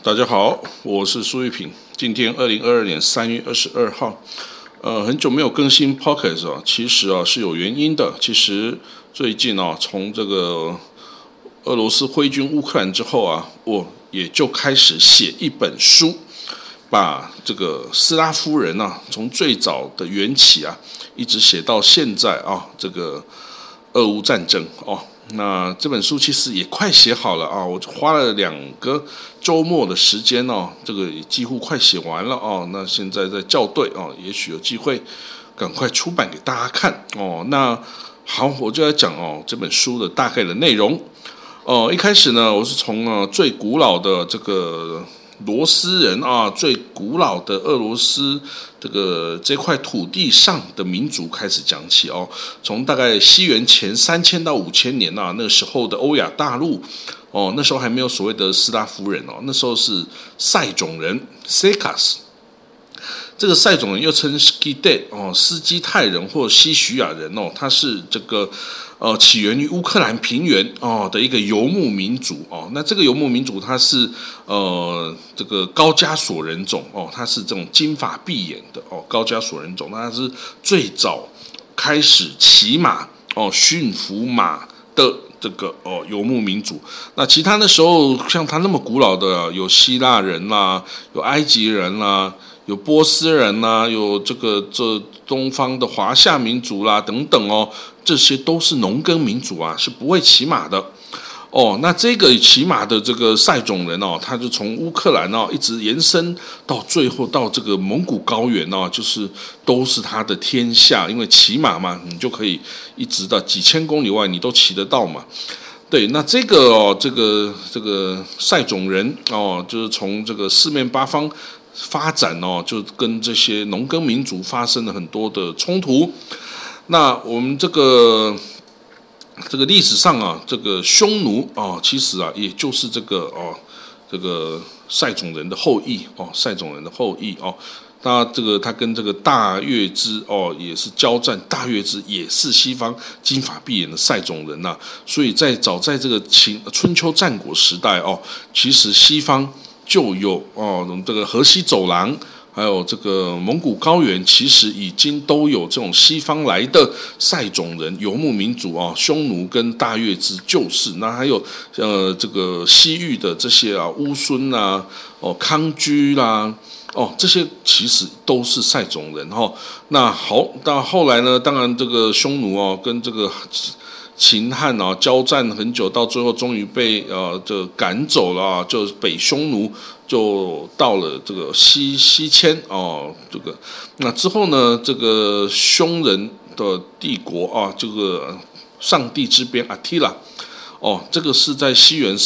大家好，我是苏玉平。今天2022年3月22号，很久没有更新 Podcast 啊，其实啊是有原因的。其实最近啊，从这个俄罗斯挥军乌克兰之后啊，我也就开始写一本书，把这个斯拉夫人啊，从最早的缘起啊，一直写到现在啊，这个俄乌战争哦。那这本书其实也快写好了啊，我花了2个周末的时间哦，这个也几乎快写完了哦。那现在在校对哦，也许有机会赶快出版给大家看哦。那好，我就来讲哦这本书的大概的内容哦。一开始呢，我是从最古老的这个罗斯人啊，最古老的俄罗斯这块土地上的民族开始讲起哦。从大概西元前3000到5000年啊，那个时候的欧亚大陆哦，那时候还没有所谓的斯拉夫人哦，那时候是塞种人 Sakas。这个塞种人又称 Skided 哦，斯基泰人或西徐亚人哦，他是这个起源于乌克兰平原哦的一个游牧民族哦。那这个游牧民族它是这个高加索人种哦，它是这种金发碧眼的哦高加索人种，那它是最早开始骑马哦驯服马的这个游牧民族。那其他的时候像他那么古老的有希腊人啦，有埃及人啦，有波斯人啦，有这东方的华夏民族啦等等哦，这些都是农耕民族啊，是不会骑马的哦。那这个骑马的这个塞种人哦，他就从乌克兰哦一直延伸到最后到这个蒙古高原哦，就是都是他的天下，因为骑马嘛，你就可以一直到几千公里外你都骑得到嘛。对，那这个塞种人哦，就是从这个四面八方发展哦，就跟这些农耕民族发生了很多的冲突。那我们这个历史上啊，这个匈奴啊，其实啊，也就是这个塞种人的后裔哦，塞种人的后裔哦。他跟这个大月支哦也是交战，大月支也是西方金发碧眼的塞种人呐、所以早在这个春秋战国时代哦，其实西方就有这个河西走廊，还有这个蒙古高原，其实已经都有这种西方来的塞种人游牧民族啊，匈奴跟大月支就是。那还有这个西域的这些啊乌孙啊，康居啦。这些其实都是塞种人哈。那好，到后来呢，当然这个匈奴跟这个秦汉交战很久，到最后终于被就赶走了就北匈奴就到了这个西迁那之后呢，这个匈人的帝国这个上帝之鞭阿提拉这个是在西元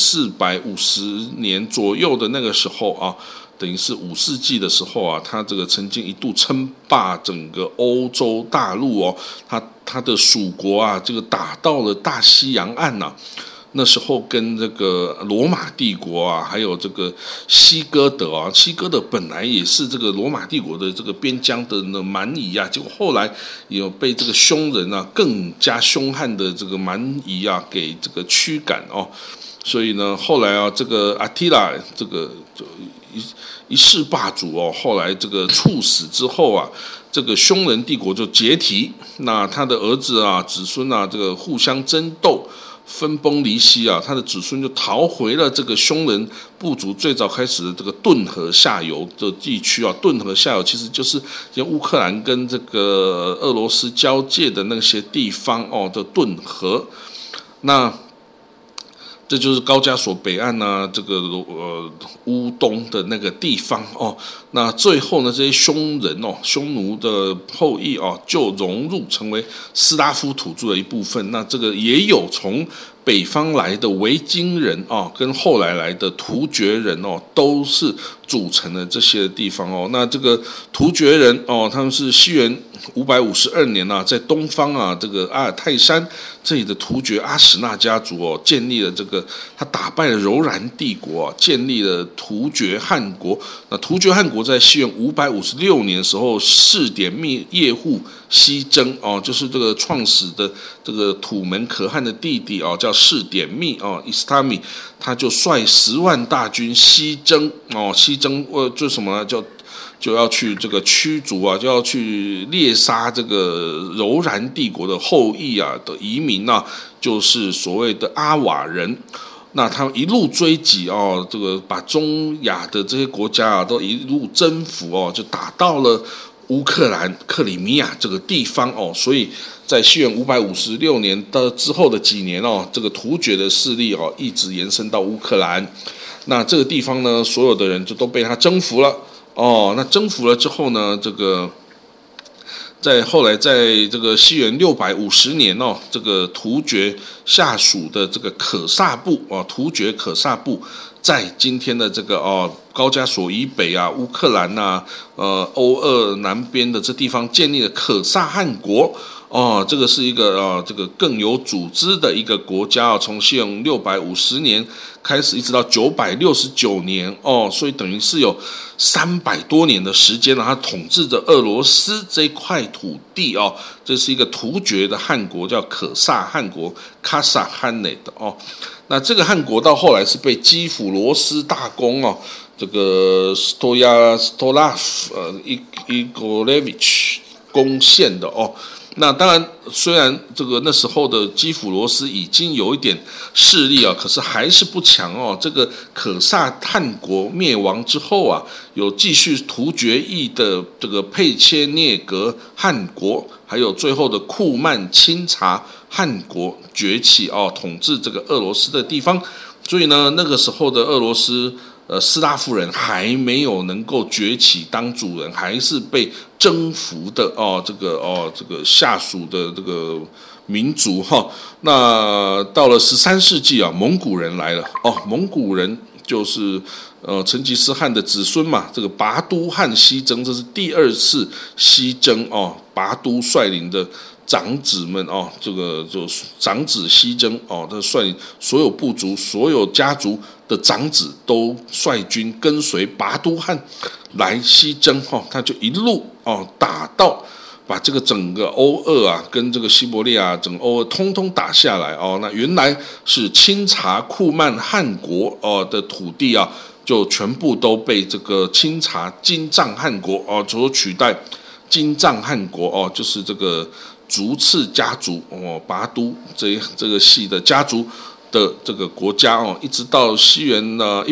450年左右的那个时候等于是5世纪的时候他这个曾经一度称霸整个欧洲大陆他的属国这个打到了大西洋岸那时候跟这个罗马帝国还有这个西哥德西哥德本来也是这个罗马帝国的这个边疆的蛮夷结果后来也有被这个匈人更加凶悍的这个蛮夷给这个驱赶所以呢，后来这个阿提拉这个就一世霸主后来这个处死之后这个匈人帝国就解体，那他的儿子子孙这个互相争斗，分崩离析他的子孙就逃回了这个匈人部族最早开始的这个顿河下游的地区顿河下游其实就是乌克兰跟这个俄罗斯交界的那些地方的顿河。那这就是高加索北岸这个乌东的那个地方那最后呢，这些匈奴的后裔就融入成为斯拉夫土著的一部分。那这个也有从北方来的维京人跟后来的突厥人都是组成了这些地方那这个突厥人他们是西元552年在东方这个阿尔泰山这里的突厥阿史那家族建立了这个，他打败了柔然帝国建立了突厥汗国。那突厥汗国在西元556年的时候试点灭叶护西征就是这个创始的这个土门可汗的弟弟叫士典密伊斯塔米，他就率10万大军西征做什么呢？就要去这个驱逐就要去猎杀这个柔然帝国的后裔的移民就是所谓的阿瓦人。那他们一路追击这个把中亚的这些国家都一路征服就打到了乌克兰克里米亚这个地方所以在西元556年之后的几年这个突厥的势力一直延伸到乌克兰。那这个地方呢，所有的人就都被他征服了那征服了之后呢，这个后来在这个西元650年这个突厥下属的这个可萨部突厥可萨部在今天的这个高加索以北乌克兰欧俄南边的这地方建立了可萨汗国这个是一个这个更有组织的一个国家从西元650年开始一直到969年所以等于是有300多年的时间它统治着俄罗斯这一块土地这是一个突厥的汗国，叫可萨汗国 Kasakhane 的那这个汗国到后来是被基辅罗斯大公这个 Stoyaslav Igorevich 攻陷的那当然，虽然这个那时候的基辅罗斯已经有一点势力可是还是不强这个可萨汗国灭亡之后有继续突厥裔的这个佩切涅格汗国，还有最后的库曼钦察汗国崛起统治这个俄罗斯的地方。所以呢，那个时候的俄罗斯斯拉夫人还没有能够崛起当主人，还是被征服的这个下属的这个民族那到了13世纪蒙古人来了蒙古人就是成吉思汗的子孙嘛，这个拔都汗西征，这是第2次西征拔都率领的长子们这个就长子西征他率领所有部族、所有家族的长子都率军跟随拔都汗来西征他就一路打到把这个整个欧俄跟这个西伯利亚整个欧俄通通打下来那原来是钦察库曼汗国的土地就全部都被这个钦察金帐汗国所取代。金帐汗国就是这个竹次家族拔都这个系的家族的这个国家一直到西元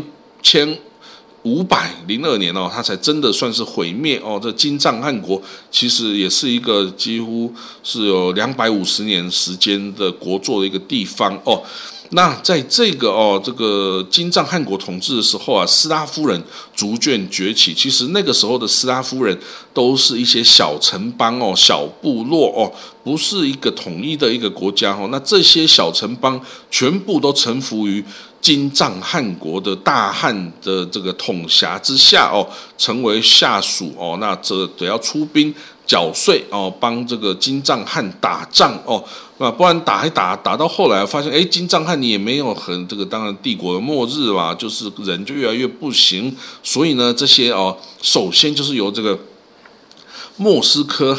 1502年它才真的算是毁灭这金帐汗国其实也是一个几乎是有250年时间的国祚的一个地方那在这个金帐汗国统治的时候斯拉夫人逐渐崛起。其实那个时候的斯拉夫人都是一些小城邦小部落不是一个统一的一个国家那这些小城邦全部都臣服于金帐汗国的大汗的这个统辖之下成为下属那这得要出兵缴税帮这个金帐汗打仗不然打一打到后来发现金帐汗你也没有这个当然帝国的末日嘛，就是人就越来越不行，所以呢这些首先就是由这个莫斯科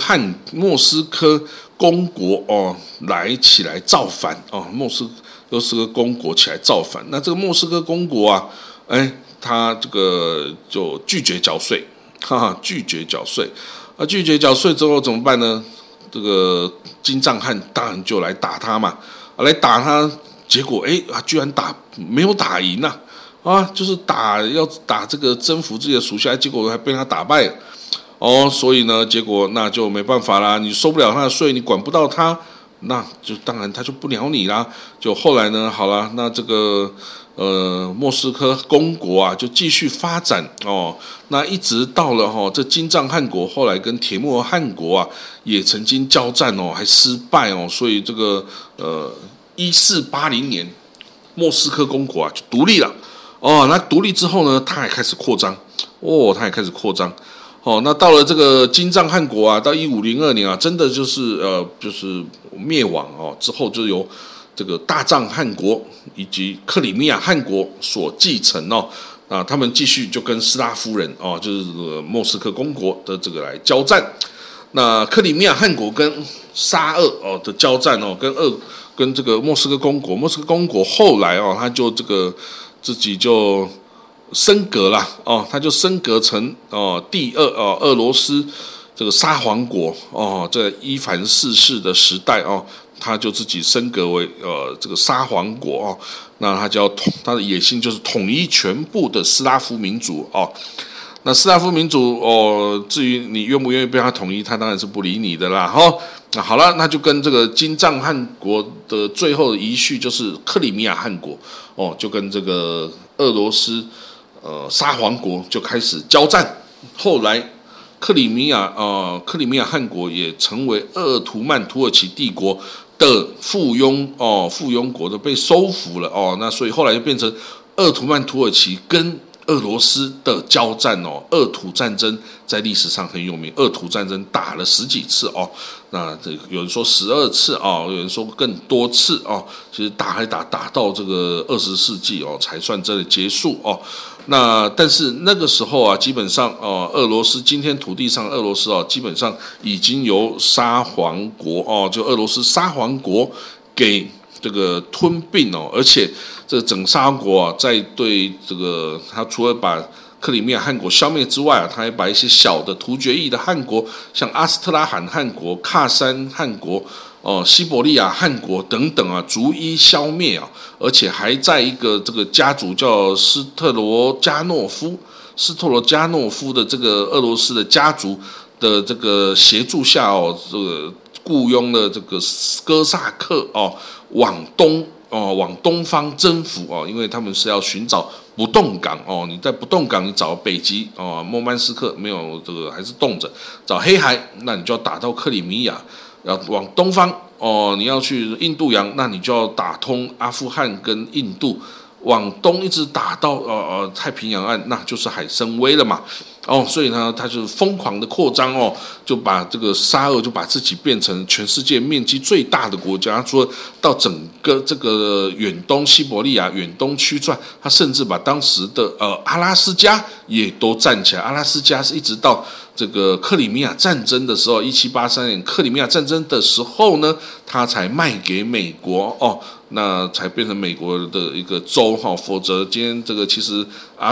公国起来造反莫斯科公国起来造反。那这个莫斯科公国他这个就拒绝缴税拒绝缴税拒绝缴税之后怎么办呢？这个金帐汗当然就来打他嘛来打他，结果居然没有打赢就是要打这个征服自己的属下，结果还被他打败了所以呢结果那就没办法啦，你收不了他的税，你管不到他，那就当然他就不鸟你啦。就后来呢好了，那这个莫斯科公国就继续发展那一直到了这金帐汗国后来跟铁木儿汗国也曾经交战还失败所以这个1480年莫斯科公国就独立了那独立之后呢，他也开始扩张那到了这个金帐汗国到1502年真的就是灭亡之后就由这个大帐汗国以及克里米亚汗国所继承他们继续就跟斯拉夫人就是莫斯科公国的这个来交战。那克里米亚汗国跟沙俄的交战跟跟这个莫斯科公国，莫斯科公国后来哦，他就这个自己就升格了哦，他就升格成第二俄罗斯这个沙皇国哦，在伊凡四世的时代哦，他就自己升格为这个沙皇国哦，那他的野心就是统一全部的斯拉夫民族哦。那斯拉夫民族至于你愿不愿意被他统一，他当然是不理你的啦哈。那好了，那就跟这个金帐汗国的最后的遗绪就是克里米亚汗国哦，就跟这个俄罗斯沙皇国就开始交战。后来克里米亚汗国也成为鄂图曼土耳其帝国的附庸国的被收服了哦。那所以后来就变成鄂图曼土耳其跟俄罗斯的交战哦，鄂土战争在历史上很有名，鄂土战争打了10几次哦，那有人说12次哦，有人说更多次哦，其实打到这个20世纪哦才算真的结束哦。那但是那个时候啊，基本上俄罗斯今天土地上俄罗斯哦，基本上已经由沙皇国哦，就俄罗斯沙皇国给这个吞并哦，而且这整沙皇国啊，在对这个他除了把克里米亚汗国消灭之外啊，他还把一些小的突厥裔的汗国，像阿斯特拉罕汗国、喀山汗国、西伯利亚汗国等等啊，逐一消灭啊，而且还在一个这个家族叫斯特罗加诺夫的这个俄罗斯的家族的这个协助下哦，这个雇佣了这个哥萨克哦，往东方征服哦，因为他们是要寻找不动港哦。你在不动港，你找北极哦，莫曼斯克没有这个还是冻着，找黑海，那你就要打到克里米亚，要往东方哦，你要去印度洋，那你就要打通阿富汗跟印度，往东一直打到太平洋岸，那就是海参崴了嘛。哦，所以呢，他就疯狂的扩张哦，就把这个沙俄就把自己变成全世界面积最大的国家。除了到整个这个远东西伯利亚远东区转，他甚至把当时的阿拉斯加也都占起来。阿拉斯加是一直到这个克里米亚战争的时候，1783年克里米亚战争的时候呢，他才卖给美国哦，那才变成美国的一个州哈。否则今天这个其实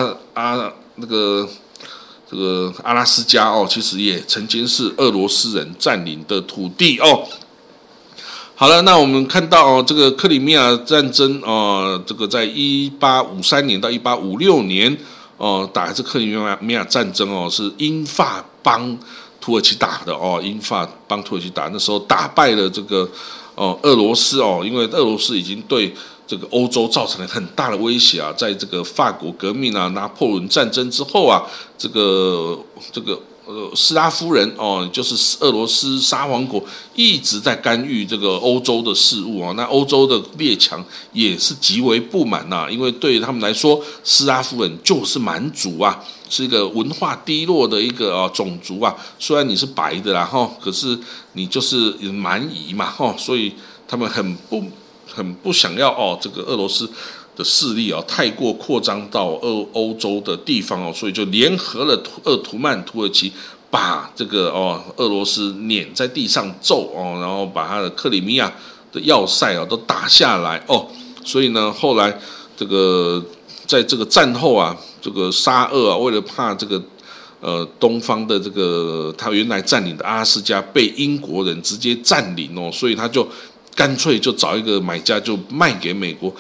这个阿拉斯加哦，其实也曾经是俄罗斯人占领的土地哦。好了，那我们看到这个克里米亚战争这个在1853年到1856年打这克里米亚战争哦，是英法帮土耳其打的哦，英法帮土耳其打，那时候打败了这个俄罗斯哦，因为俄罗斯已经对这个欧洲造成了很大的威胁啊，在这个法国革命啊、拿破仑战争之后啊，这个斯拉夫人哦，就是俄罗斯沙皇国一直在干预这个欧洲的事务啊，那欧洲的列强也是极为不满呐，因为对他们来说，斯拉夫人就是蛮族啊，是一个文化低落的一个种族啊，虽然你是白的啦哈，可是你就是蛮夷嘛哈，所以他们很不想要这个俄罗斯的势力太过扩张到欧洲的地方所以就联合了鄂图曼土耳其，把这个俄罗斯碾在地上揍然后把他的克里米亚的要塞都打下来所以呢，后来这个在这个战后啊，这个沙俄为了怕这个东方的这个他原来占领的阿拉斯加被英国人直接占领所以他就干脆就找一个买家，就卖给美国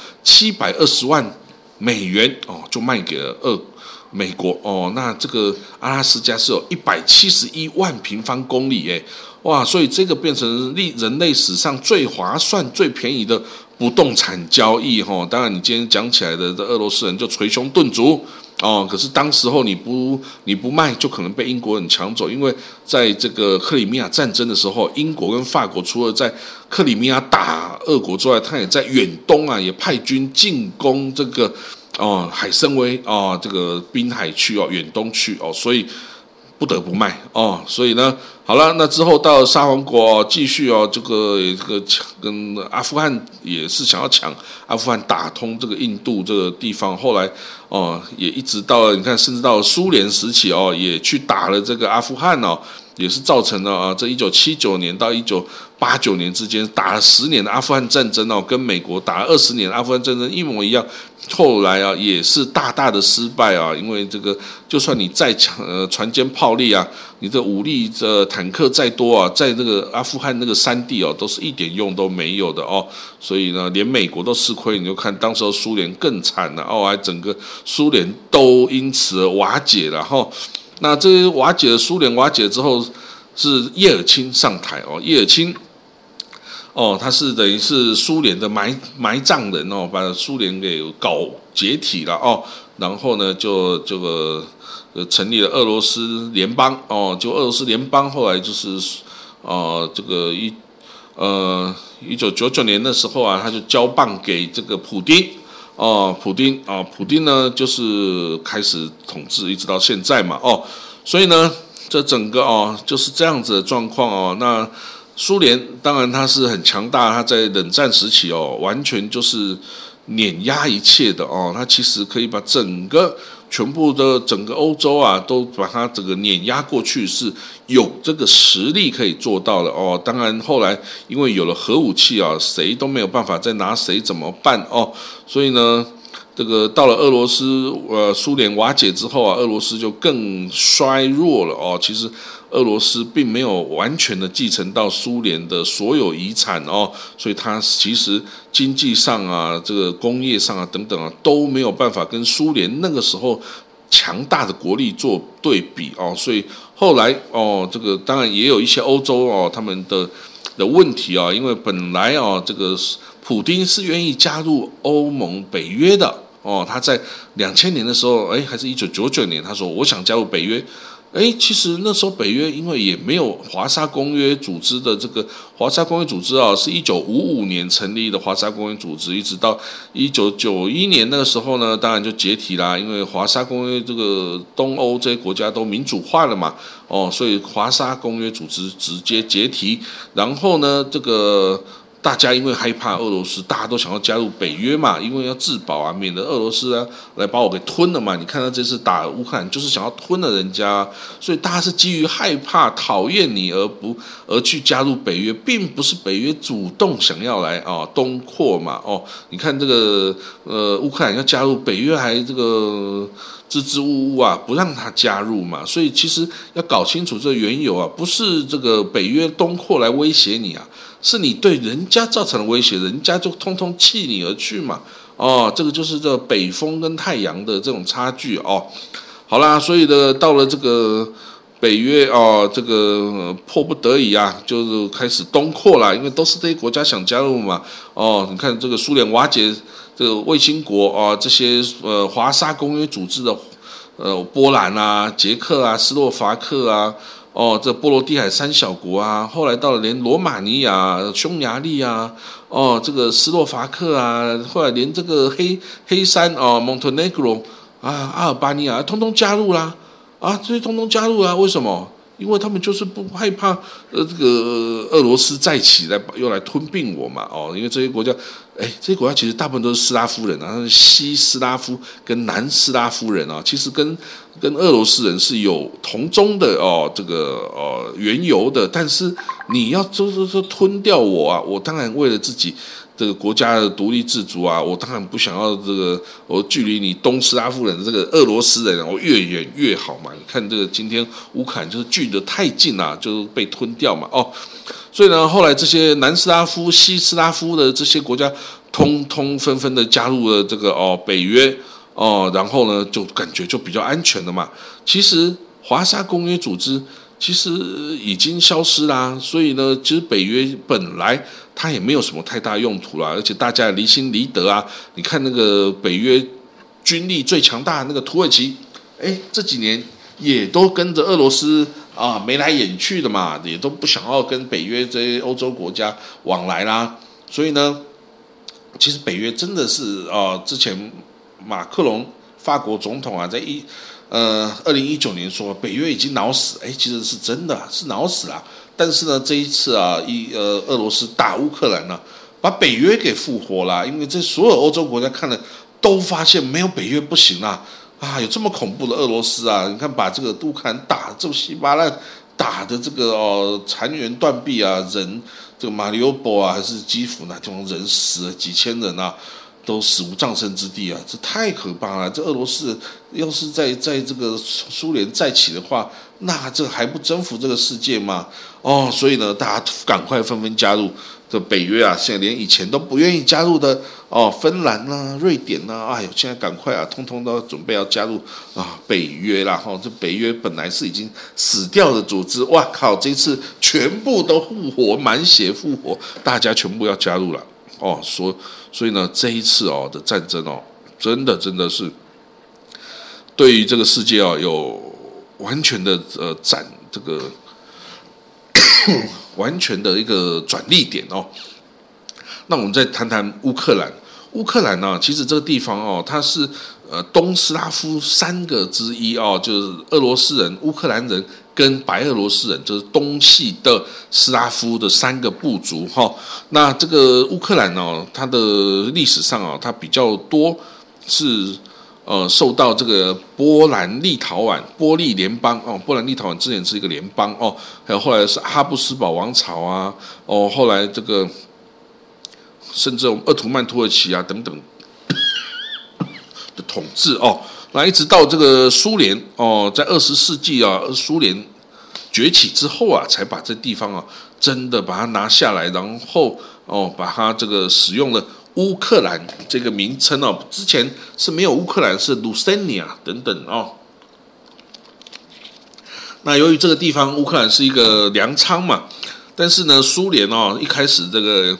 720万美元就卖给了美国那这个阿拉斯加是有171万平方公里哇，所以这个变成人类史上最划算、最便宜的不动产交易当然，你今天讲起来的这俄罗斯人就捶胸顿足可是当时候你不卖，就可能被英国人抢走，因为在这个克里米亚战争的时候，英国跟法国除了在克里米亚打俄国之外，他也在远东啊也派军进攻这个海参崴这个滨海区远东区所以不得不卖所以呢，好了，那之后到沙皇国继续这个跟阿富汗也是想要抢阿富汗，打通这个印度这个地方，后来也一直到了你看，甚至到了苏联时期也去打了这个阿富汗也是造成了这1979年到1989年之间打了10年的阿富汗战争跟美国打了20年的阿富汗战争一模一样。后来也是大大的失败因为这个就算你再强船坚炮利你的武力的坦克再多在这个阿富汗那个山地都是一点用都没有的所以呢，连美国都吃亏。你就看当时苏联更惨了还整个苏联都因此而瓦解了那这些瓦解了，苏联瓦解之后是叶尔钦上台叶尔钦他是等于是苏联的埋葬人把苏联给搞解体了然后呢就这个成立了俄罗斯联邦就俄罗斯联邦后来就是这个1999年的时候他就交棒给这个普丁普丁呢就是开始统治一直到现在嘛所以呢这整个就是这样子的状况那苏联当然它是很强大，它在冷战时期完全就是碾压一切的它其实可以把全部的整个欧洲都把它整个碾压过去，是有这个实力可以做到的当然后来因为有了核武器谁都没有办法再拿谁怎么办所以呢这个到了俄罗斯苏联瓦解之后俄罗斯就更衰弱了其实俄罗斯并没有完全的继承到苏联的所有遗产所以它其实经济上这个工业上等等都没有办法跟苏联那个时候强大的国力做对比所以后来这个当然也有一些欧洲他们的问题因为本来这个普丁是愿意加入欧盟北约的他在2000年的时候还是1999年他说我想加入北约其实那时候北约因为也没有华沙公约组织的这个华沙公约组织是1955年成立的华沙公约组织，一直到1991年那个时候呢，当然就解体啦，因为华沙公约这个东欧这些国家都民主化了嘛，所以华沙公约组织直接解体，然后呢这个大家因为害怕俄罗斯，大家都想要加入北约嘛，因为要自保免得俄罗斯来把我给吞了嘛。你看他这次打乌克兰，就是想要吞了人家，所以大家是基于害怕、讨厌你而去加入北约，并不是北约主动想要来东扩嘛。你看这个乌克兰要加入北约，还这个支支吾吾不让他加入嘛。所以其实要搞清楚这个缘由不是这个北约东扩来威胁你是你对人家造成了威胁，人家就通通弃你而去嘛。这个就是这北风跟太阳的这种差距好啦，所以呢，到了这个北约这个迫不得已就是开始东扩啦，因为都是这些国家想加入嘛。你看这个苏联瓦解，这个卫星国这些华沙公约组织的波兰捷克斯洛伐克这波罗的海三小国后来到了连罗马尼亚、匈牙利这个斯洛伐克后来连这个黑山Montenegro阿尔巴尼亚通通加入啦这些通通加入啦，为什么？因为他们就是不害怕这个俄罗斯再起来又来吞并我嘛因为这些国家这些国家其实大部分都是斯拉夫人西斯拉夫跟南斯拉夫人其实跟俄罗斯人是有同宗的这个缘由的，但是你要就是吞掉我当然为了自己这个国家的独立自主我当然不想要这个我距离你东斯拉夫人的这个俄罗斯人我越远越好嘛。你看这个今天乌克兰就是距得太近就被吞掉嘛所以呢后来这些南斯拉夫、西斯拉夫的这些国家通通纷纷的加入了这个北约然后呢就感觉就比较安全了嘛。其实华沙公约组织其实已经消失啦，所以呢其实北约本来它也没有什么太大用途啦，而且大家离心离德你看那个北约军力最强大的那个土耳其这几年也都跟着俄罗斯眉来眼去的嘛，也都不想要跟北约这些欧洲国家往来啦。所以呢其实北约真的是之前马克龙法国总统在2019年说北约已经脑死，其实是真的是脑死了。但是呢这一次俄罗斯打乌克兰把北约给复活了，因为这所有欧洲国家看了都发现没有北约不行有这么恐怖的俄罗斯你看把这个乌克兰打这么稀巴烂， 打的这个残垣断壁啊，人这个马里乌波啊还是基辅那地方人死了几千人啊，都死无葬身之地啊，这太可怕了。这俄罗斯要是在这个苏联再起的话，那这还不征服这个世界吗？所以呢，大家赶快纷纷加入这北约啊！现在连以前都不愿意加入的芬兰啦、瑞典啦，哎呦，现在赶快啊，通通都准备要加入北约啦！这北约本来是已经死掉的组织，哇靠！这次全部都复活，满血复活，大家全部要加入了所以呢，这一次的战争真的是对于这个世界有完全的这个完全的一个转捩点那我们再谈谈乌克兰。乌克兰呢，其实这个地方它是东斯拉夫三个之一就是俄罗斯人、乌克兰人跟白俄罗斯人，就是东系的斯拉夫的三个部族那这个乌克兰它的历史上它比较多是受到这个波兰立陶宛波利联邦波兰立陶宛之前是一个联邦还有后来是哈布斯堡王朝啊后来这个甚至鄂图曼土耳其啊等等的统治那一直到这个苏联在20世纪苏联崛起之后才把这地方真的把它拿下来，然后把它这个使用了乌克兰这个名称之前是没有乌克兰，是卢塞尼亚等等那由于这个地方乌克兰是一个粮仓嘛，但是呢，苏联一开始这个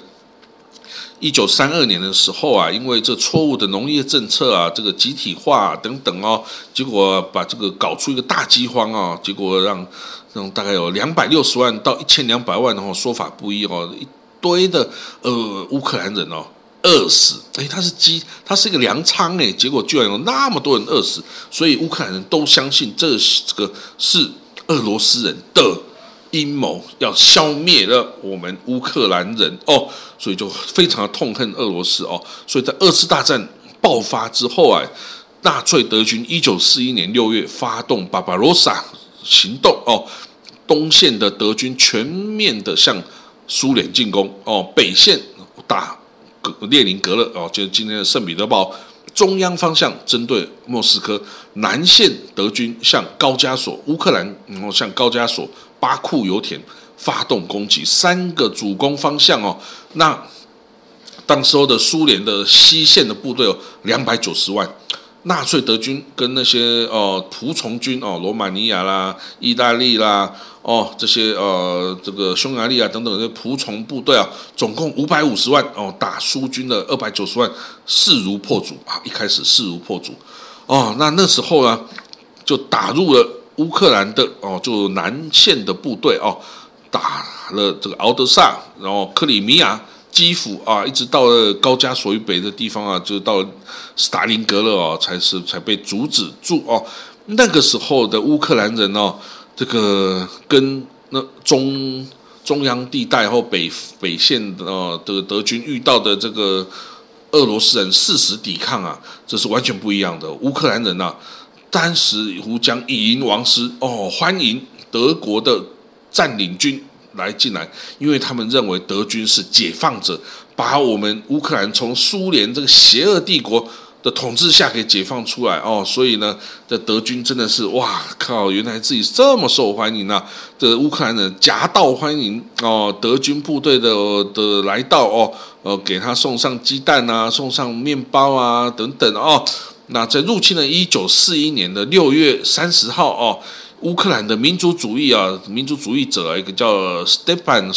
1932年的时候因为这错误的农业政策这个集体化等等结果把这个搞出一个大饥荒结果让大概有260万到1200万说法不一一堆的乌克兰人饿死，它是一个粮仓结果居然有那么多人饿死，所以乌克兰人都相信这个是俄罗斯人的阴谋，要消灭了我们乌克兰人所以就非常的痛恨俄罗斯所以在二次大战爆发之后纳粹德军1941年6月发动巴巴罗萨行动东线的德军全面的向苏联进攻北线打列宁格勒就是今天的圣彼得堡，中央方向针对莫斯科，南线德军向高加索乌克兰向高加索巴库油田发动攻击，三个主攻方向那当时候的苏联的西线的部队有290万，纳粹德军跟那些仆从军罗马尼亚啦、意大利啦这些这个匈牙利啊等等的仆从部队总共550万打苏军的290万，势如破竹一开始势如破竹那时候呢就打入了乌克兰的就南线的部队打了这个敖德萨，然后克里米亚、基辅一直到了高加索以北的地方就到了斯大林格勒才被阻止住那个时候的乌克兰人这个跟那中央地带或北线的德军遇到的这个俄罗斯人誓死抵抗这是完全不一样的。乌克兰人当时胡将以营王师欢迎德国的占领军进来，因为他们认为德军是解放者，把我们乌克兰从苏联这个邪恶帝国的统治下给解放出来所以呢，这德军真的是哇靠，原来自己这么受欢迎这乌克兰人夹道欢迎德军部队的来到给他送上鸡蛋送上面包等等那在入侵的1941年的6月30号乌克兰的民族主义者一个叫 Stefan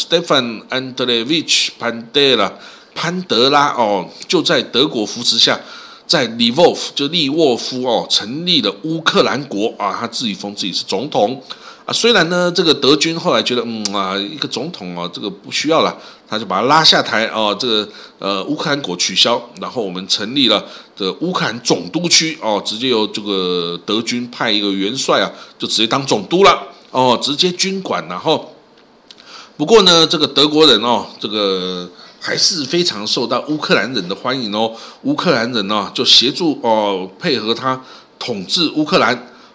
Andreevich 潘德拉就在德国扶持下，在利沃夫成立了乌克兰国他自己封自己是总统虽然呢这个德军后来觉得一个总统这个不需要了，他就把他拉下台这个乌克兰国取消，然后我们成立了这个乌克兰总督区直接由这个德军派一个元帅就直接当总督了直接军管。然后不过呢这个德国人这个还是非常受到乌克兰人的欢迎乌克兰人就协助配合他统治乌克兰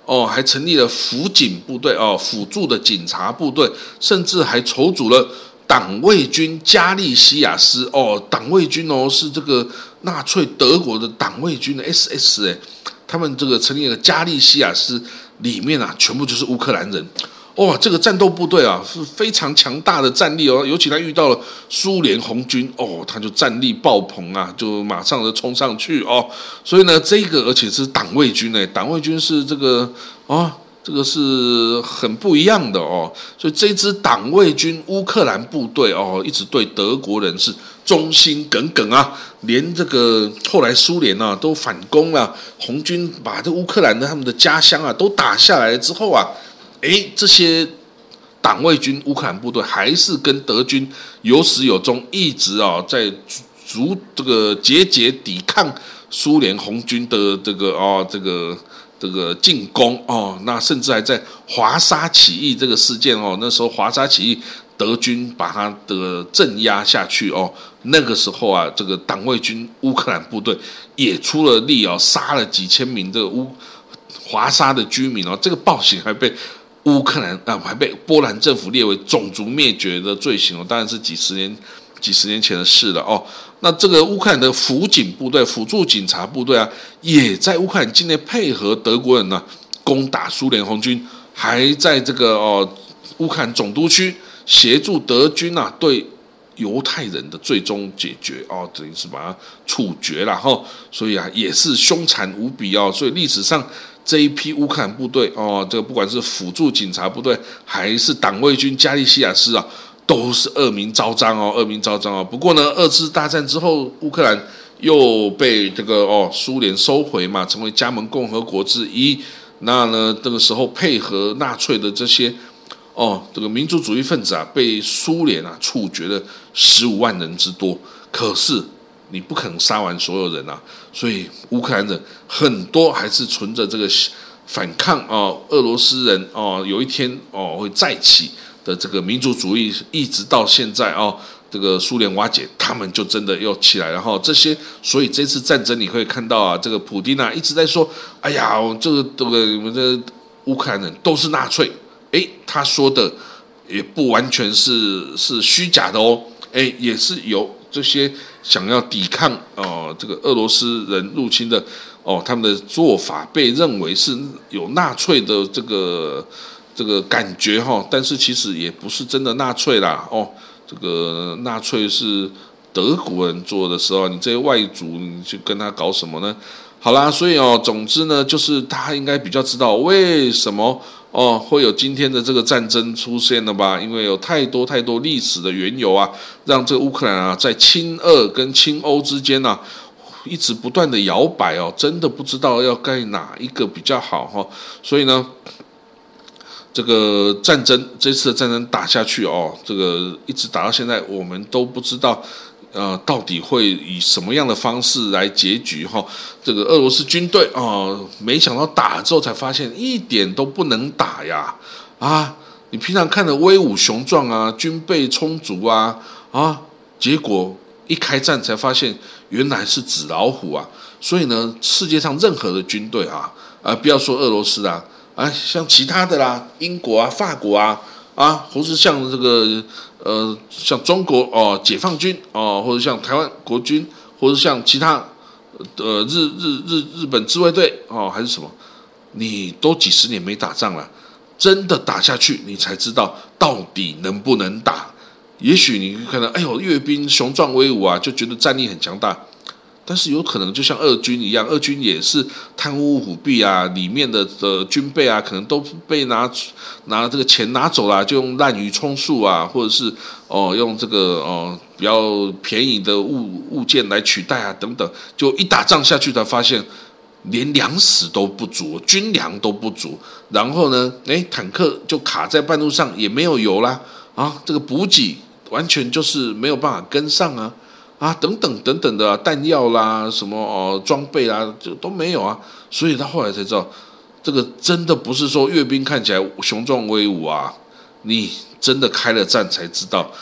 还成立了辅警部队辅助的警察部队，甚至还筹组了党卫军加利西亚师党卫军是这个纳粹德国的党卫军的 SS 他们这个成立了加利西亚师，里面全部就是乌克兰人。这个战斗部队是非常强大的战力尤其他遇到了苏联红军他就战力爆棚就马上就冲上去所以呢，这个而且是党卫军党卫军是这个这个是很不一样的所以这支党卫军乌克兰部队一直对德国人是忠心耿耿连这个后来苏联都反攻了，红军把这乌克兰的他们的家乡都打下来之后这些党卫军乌克兰部队还是跟德军有始有终，一直在这个节抵抗苏联红军的这个进攻那甚至还在华沙起义这个事件那时候华沙起义德军把它的镇压下去那个时候这个党卫军乌克兰部队也出了力杀了几千名的华沙的居民这个暴行还被乌克兰还被波兰政府列为种族灭绝的罪行当然是几十年前的事了那这个乌克兰的辅警部队、辅助警察部队也在乌克兰境内配合德国人攻打苏联红军，还在这个乌克兰总督区协助德军对犹太人的最终解决等于是把它处决了所以也是凶残无比所以历史上这一批乌克兰部队这个不管是辅助警察部队还是党卫军加利西亚师都是恶名昭彰不过呢，二次大战之后，乌克兰又被这个苏联收回嘛，成为加盟共和国之一。那呢，这个时候配合纳粹的这些这个民族主义分子被苏联处决了15万人之多。可是你不可能杀完所有人所以乌克兰人很多还是存着这个反抗俄罗斯人有一天会再起的这个民族主义，一直到现在这个苏联瓦解，他们就真的又起来了这些，所以这次战争你会看到这个普丁一直在说，哎呀，这个你们的乌克兰人都是纳粹，他说的也不完全是虚假的也是有这些想要抵抗这个俄罗斯人入侵的他们的做法被认为是有纳粹的这个感觉但是其实也不是真的纳粹啦这个纳粹是德国人做的时候，你这些外族你去跟他搞什么呢？好啦，所以总之呢，就是他应该比较知道为什么会有今天的这个战争出现了吧？因为有太多历史的缘由让这个乌克兰在亲俄跟亲欧之间一直不断的摇摆真的不知道要该哪一个比较好所以呢。这个这次的战争打下去这个一直打到现在，我们都不知道到底会以什么样的方式来结局这个俄罗斯军队没想到打了之后才发现一点都不能打呀你平常看的威武雄壮军备充足结果一开战才发现原来是纸老虎所以呢，世界上任何的军队不要说俄罗斯像其他的啦，英国法国或是像这个像中国解放军或者像台湾国军，或者像其他日本自卫队还是什么，你都几十年没打仗了，真的打下去，你才知道到底能不能打。也许你可能阅兵雄壮威武就觉得战力很强大。但是有可能就像俄军一样，俄军也是贪污舞弊里面的军备可能都被拿这个钱拿走了，就用滥竽充数或者是用这个比较便宜的物件来取代等等，就一打仗下去才发现连粮食都不足，军粮都不足，然后呢，坦克就卡在半路上，也没有油啦这个补给完全就是没有办法跟上等等的弹药啦，什么装备啦，就都没有所以他后来才知道，这个真的不是说阅兵看起来雄壮威武你真的开了战才知道，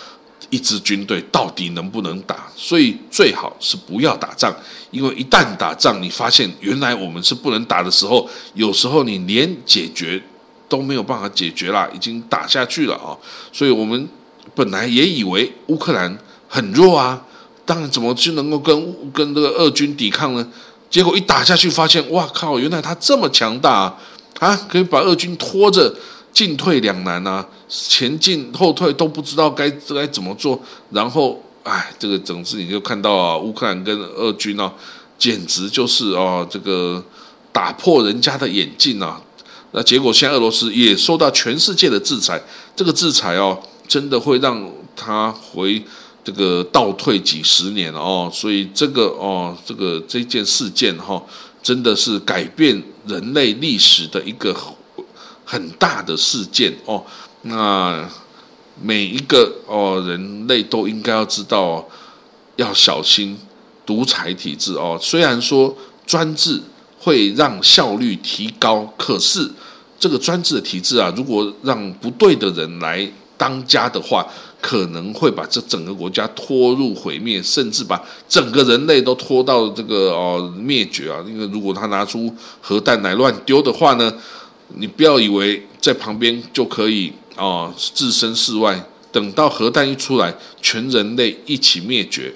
一支军队到底能不能打，所以最好是不要打仗，因为一旦打仗，你发现原来我们是不能打的时候，有时候你连解决都没有办法解决啦，已经打下去了啊。所以我们本来也以为乌克兰很弱啊，当然怎么就能够跟这个俄军抵抗呢？结果一打下去，发现哇靠，原来他这么强大啊，可以把俄军拖着进退两难啊，前进后退都不知道该怎么做。然后这个整治你就看到啊，乌克兰跟俄军啊，简直就是这个打破人家的眼镜啊。那结果现在俄罗斯也受到全世界的制裁，这个制裁真的会让他这个倒退几十年所以这件事件真的是改变人类历史的一个很大的事件那每一个人类都应该要知道要小心独裁体制虽然说专制会让效率提高，可是这个专制的体制如果让不对的人来当家的话，可能会把这整个国家拖入毁灭，甚至把整个人类都拖到这个灭绝因为如果他拿出核弹来乱丢的话呢，你不要以为在旁边就可以置身事外，等到核弹一出来，全人类一起灭绝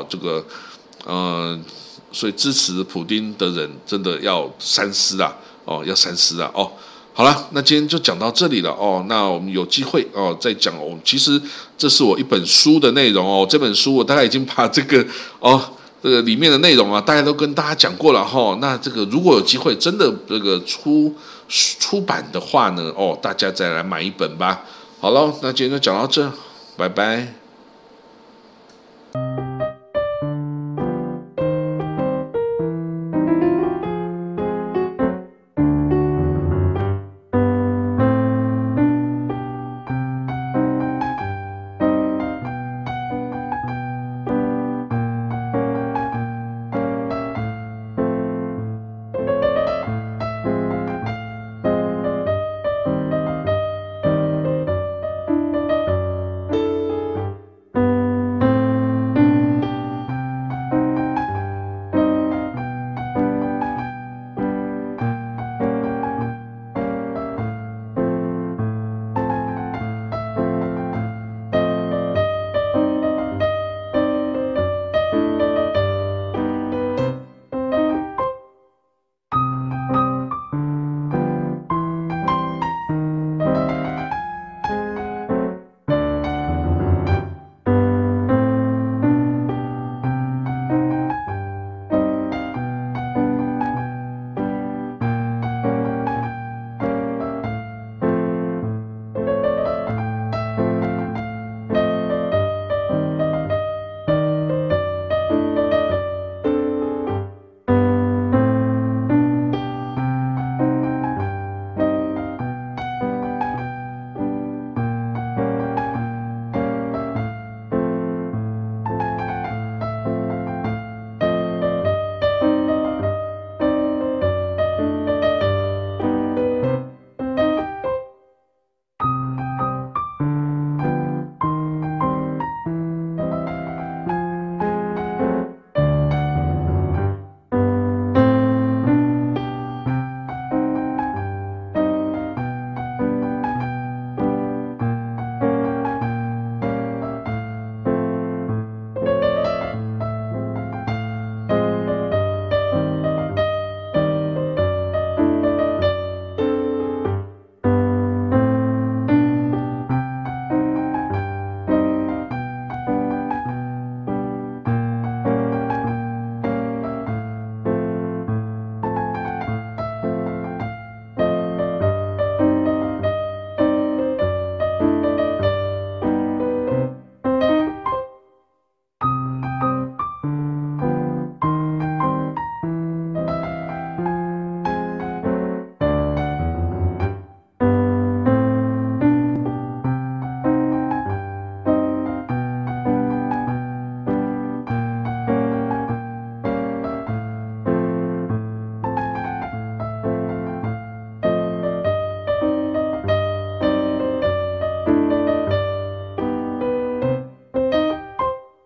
所以支持普丁的人真的要三思要三思好了，那今天就讲到这里了那我们有机会再讲其实这是我一本书的内容这本书我大概已经把这个里面的内容大家都跟大家讲过了那这个如果有机会真的这个出版的话呢大家再来买一本吧。好了，那今天就讲到这，拜拜。